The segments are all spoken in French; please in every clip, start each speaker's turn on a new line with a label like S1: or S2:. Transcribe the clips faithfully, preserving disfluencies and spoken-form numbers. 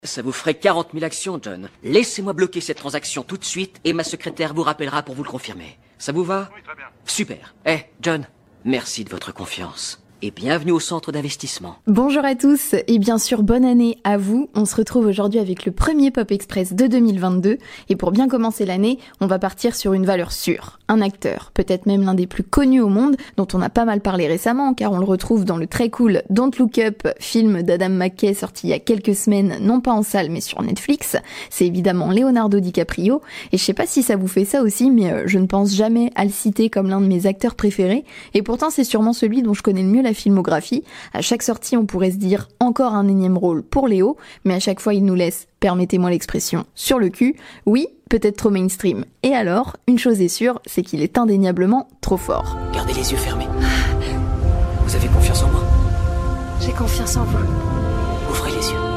S1: Ça vous ferait quarante mille actions, John. Laissez-moi bloquer cette transaction tout de suite et ma secrétaire vous rappellera pour vous le confirmer. Ça vous va?
S2: Oui, très bien.
S1: Super. Eh, John, merci de votre confiance. Et bienvenue au centre d'investissement.
S3: Bonjour à tous et bien sûr bonne année à vous. On se retrouve aujourd'hui avec le premier Pop Express de deux mille vingt-deux et pour bien commencer l'année, on va partir sur une valeur sûre. Un acteur, peut-être même l'un des plus connus au monde, dont on a pas mal parlé récemment car on le retrouve dans le très cool Don't Look Up, film d'Adam McKay sorti il y a quelques semaines, non pas en salle mais sur Netflix. C'est évidemment Leonardo DiCaprio et je sais pas si ça vous fait ça aussi mais euh, je ne pense jamais à le citer comme l'un de mes acteurs préférés et pourtant c'est sûrement celui dont je connais le mieux la filmographie. À chaque sortie, on pourrait se dire encore un énième rôle pour Léo, mais à chaque fois, il nous laisse, permettez-moi l'expression, sur le cul. Oui, peut-être trop mainstream. Et alors, une chose est sûre, c'est qu'il est indéniablement trop fort.
S1: Gardez les yeux fermés. Vous avez confiance en moi?
S4: J'ai confiance en vous.
S1: Ouvrez les yeux.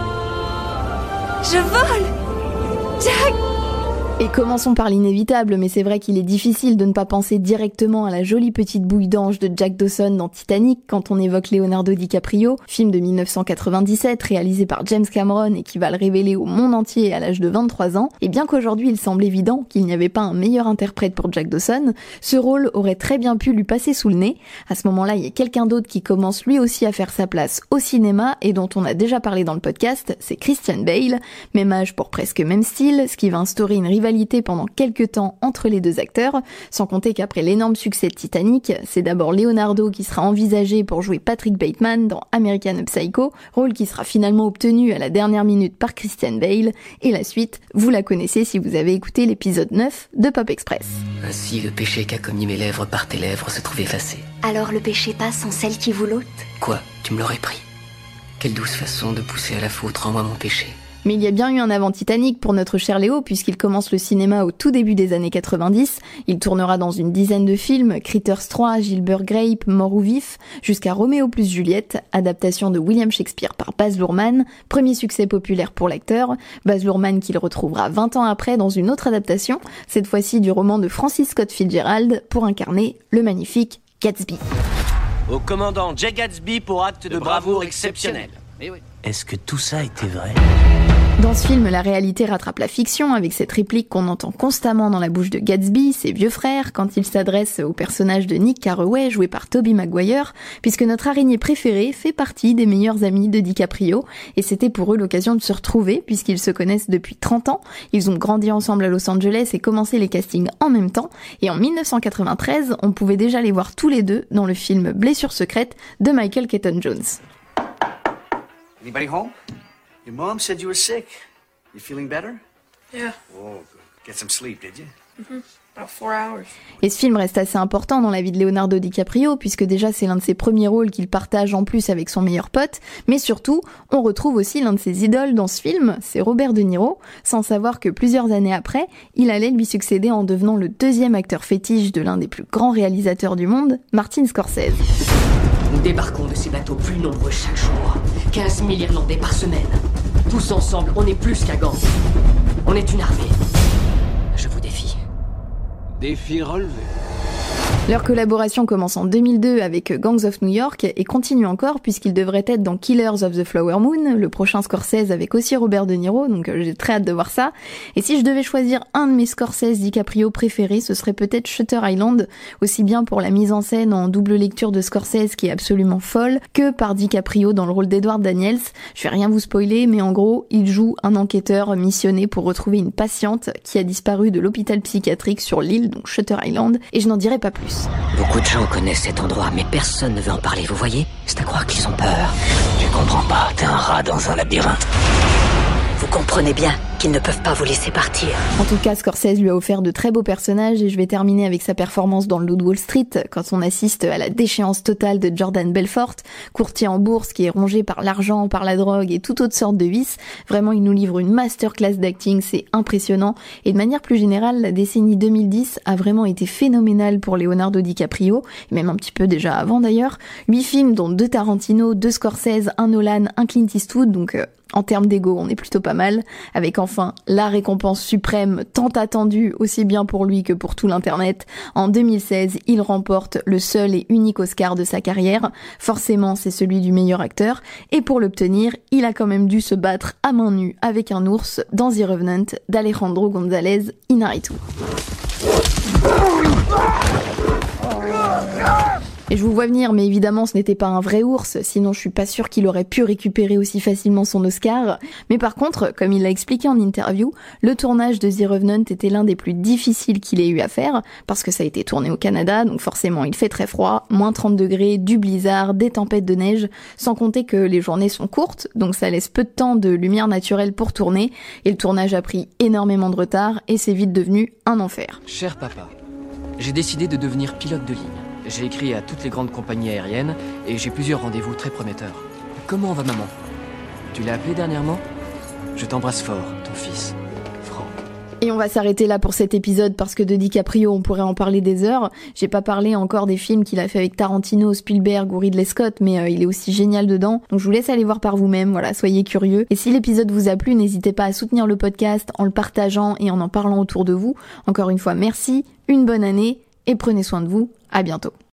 S4: Je vole! Jack!
S3: Et commençons par l'inévitable, mais c'est vrai qu'il est difficile de ne pas penser directement à la jolie petite bouille d'ange de Jack Dawson dans Titanic quand on évoque Leonardo DiCaprio, film de dix-neuf cent quatre-vingt-dix-sept réalisé par James Cameron et qui va le révéler au monde entier à l'âge de vingt-trois ans. Et bien qu'aujourd'hui il semble évident qu'il n'y avait pas un meilleur interprète pour Jack Dawson, ce rôle aurait très bien pu lui passer sous le nez. À ce moment-là, il y a quelqu'un d'autre qui commence lui aussi à faire sa place au cinéma et dont on a déjà parlé dans le podcast, c'est Christian Bale. Même âge pour presque même style, ce qui va instaurer une rivalité pendant quelques temps entre les deux acteurs, sans compter qu'après l'énorme succès de Titanic, c'est d'abord Leonardo qui sera envisagé pour jouer Patrick Bateman dans American Psycho, rôle qui sera finalement obtenu à la dernière minute par Christian Bale, et la suite, vous la connaissez si vous avez écouté l'épisode neuf de Pop Express.
S1: Ainsi, le péché qu'a commis mes lèvres par tes lèvres se trouve effacé.
S4: Alors le péché passe en celle qui vous l'ôte?
S1: Quoi? Tu me l'aurais pris? Quelle douce façon de pousser à la faute, rends-moi mon péché.
S3: Mais il y a bien eu un avant Titanic pour notre cher Léo puisqu'il commence le cinéma au tout début des années quatre-vingt-dix. Il tournera dans une dizaine de films, Critters trois, Gilbert Grape, Mort ou Vif, jusqu'à Roméo plus Juliette, adaptation de William Shakespeare par Baz Luhrmann, premier succès populaire pour l'acteur. Baz Luhrmann qu'il retrouvera vingt ans après dans une autre adaptation, cette fois-ci du roman de Francis Scott Fitzgerald pour incarner le magnifique Gatsby.
S5: Au commandant Jay Gatsby pour acte de, de bravoure, bravoure exceptionnel.
S1: Eh oui.
S5: Est-ce que tout ça était vrai?
S3: Dans ce film, la réalité rattrape la fiction avec cette réplique qu'on entend constamment dans la bouche de Gatsby, ses vieux frères, quand il s'adresse au personnage de Nick Carraway, joué par Tobey Maguire, puisque notre araignée préférée fait partie des meilleurs amis de DiCaprio, et c'était pour eux l'occasion de se retrouver, puisqu'ils se connaissent depuis trente ans, ils ont grandi ensemble à Los Angeles et commencé les castings en même temps, et en dix-neuf cent quatre-vingt-treize, on pouvait déjà les voir tous les deux dans le film Blessure secrète de Michael Keaton Jones.
S6: Anybody home? Your mom said you were sick. You feeling better?
S7: Yeah.
S6: Oh, good. Get some sleep, did you?
S7: Mm-hmm. About four hours.
S3: Et ce film reste assez important dans la vie de Leonardo DiCaprio, puisque déjà c'est l'un de ses premiers rôles qu'il partage en plus avec son meilleur pote, mais surtout, on retrouve aussi l'un de ses idoles dans ce film, c'est Robert De Niro, sans savoir que plusieurs années après, il allait lui succéder en devenant le deuxième acteur fétiche de l'un des plus grands réalisateurs du monde, Martin Scorsese.
S1: Nous débarquons de ces bateaux plus nombreux chaque jour. quinze mille Irlandais par semaine. Tous ensemble, on est plus qu'un gang. On est une armée. Je vous défie.
S5: Défi relevé.
S3: Leur collaboration commence en deux mille deux avec Gangs of New York et continue encore puisqu'il devrait être dans Killers of the Flower Moon, le prochain Scorsese avec aussi Robert De Niro, donc j'ai très hâte de voir ça. Et si je devais choisir un de mes Scorsese DiCaprio préférés, ce serait peut-être Shutter Island, aussi bien pour la mise en scène en double lecture de Scorsese qui est absolument folle, que par DiCaprio dans le rôle d'Edward Daniels. Je vais rien vous spoiler, mais en gros, il joue un enquêteur missionné pour retrouver une patiente qui a disparu de l'hôpital psychiatrique sur l'île, donc Shutter Island, et je n'en dirai pas plus.
S1: Beaucoup de gens connaissent cet endroit, mais personne ne veut en parler, vous voyez? C'est à croire qu'ils ont peur.
S5: Tu comprends pas, t'es un rat dans un labyrinthe.
S1: Vous comprenez bien qu'ils ne peuvent pas vous laisser partir.
S3: En tout cas, Scorsese lui a offert de très beaux personnages et je vais terminer avec sa performance dans le Loup de Wall Street quand on assiste à la déchéance totale de Jordan Belfort, courtier en bourse qui est rongé par l'argent, par la drogue et toute autre sorte de vices. Vraiment, il nous livre une masterclass d'acting, c'est impressionnant. Et de manière plus générale, la décennie deux mille dix a vraiment été phénoménale pour Leonardo DiCaprio, et même un petit peu déjà avant d'ailleurs. Huit films dont deux Tarantino, deux Scorsese, un Nolan, un Clint Eastwood, donc... Euh, En termes d'ego, on est plutôt pas mal, avec en enfin, la récompense suprême tant attendue aussi bien pour lui que pour tout l'internet. En deux mille seize, il remporte le seul et unique Oscar de sa carrière. Forcément, c'est celui du meilleur acteur. Et pour l'obtenir, il a quand même dû se battre à main nue avec un ours dans The Revenant d'Alejandro González Iñárritu. Et je vous vois venir, mais évidemment ce n'était pas un vrai ours, sinon je suis pas sûre qu'il aurait pu récupérer aussi facilement son Oscar. Mais par contre, comme il l'a expliqué en interview, le tournage de The Revenant était l'un des plus difficiles qu'il ait eu à faire, parce que ça a été tourné au Canada, donc forcément il fait très froid, moins trente degrés, du blizzard, des tempêtes de neige, sans compter que les journées sont courtes, donc ça laisse peu de temps de lumière naturelle pour tourner, et le tournage a pris énormément de retard, et c'est vite devenu un enfer.
S1: Cher papa, j'ai décidé de devenir pilote de ligne. J'ai écrit à toutes les grandes compagnies aériennes et j'ai plusieurs rendez-vous très prometteurs. Comment va maman? Tu l'as appelée dernièrement? Je t'embrasse fort, ton fils, Franck.
S3: Et on va s'arrêter là pour cet épisode parce que de DiCaprio, on pourrait en parler des heures. J'ai pas parlé encore des films qu'il a fait avec Tarantino, Spielberg ou Ridley Scott, mais euh, il est aussi génial dedans. Donc je vous laisse aller voir par vous-même, voilà, soyez curieux. Et si l'épisode vous a plu, n'hésitez pas à soutenir le podcast en le partageant et en en parlant autour de vous. Encore une fois, merci, une bonne année et prenez soin de vous. À bientôt.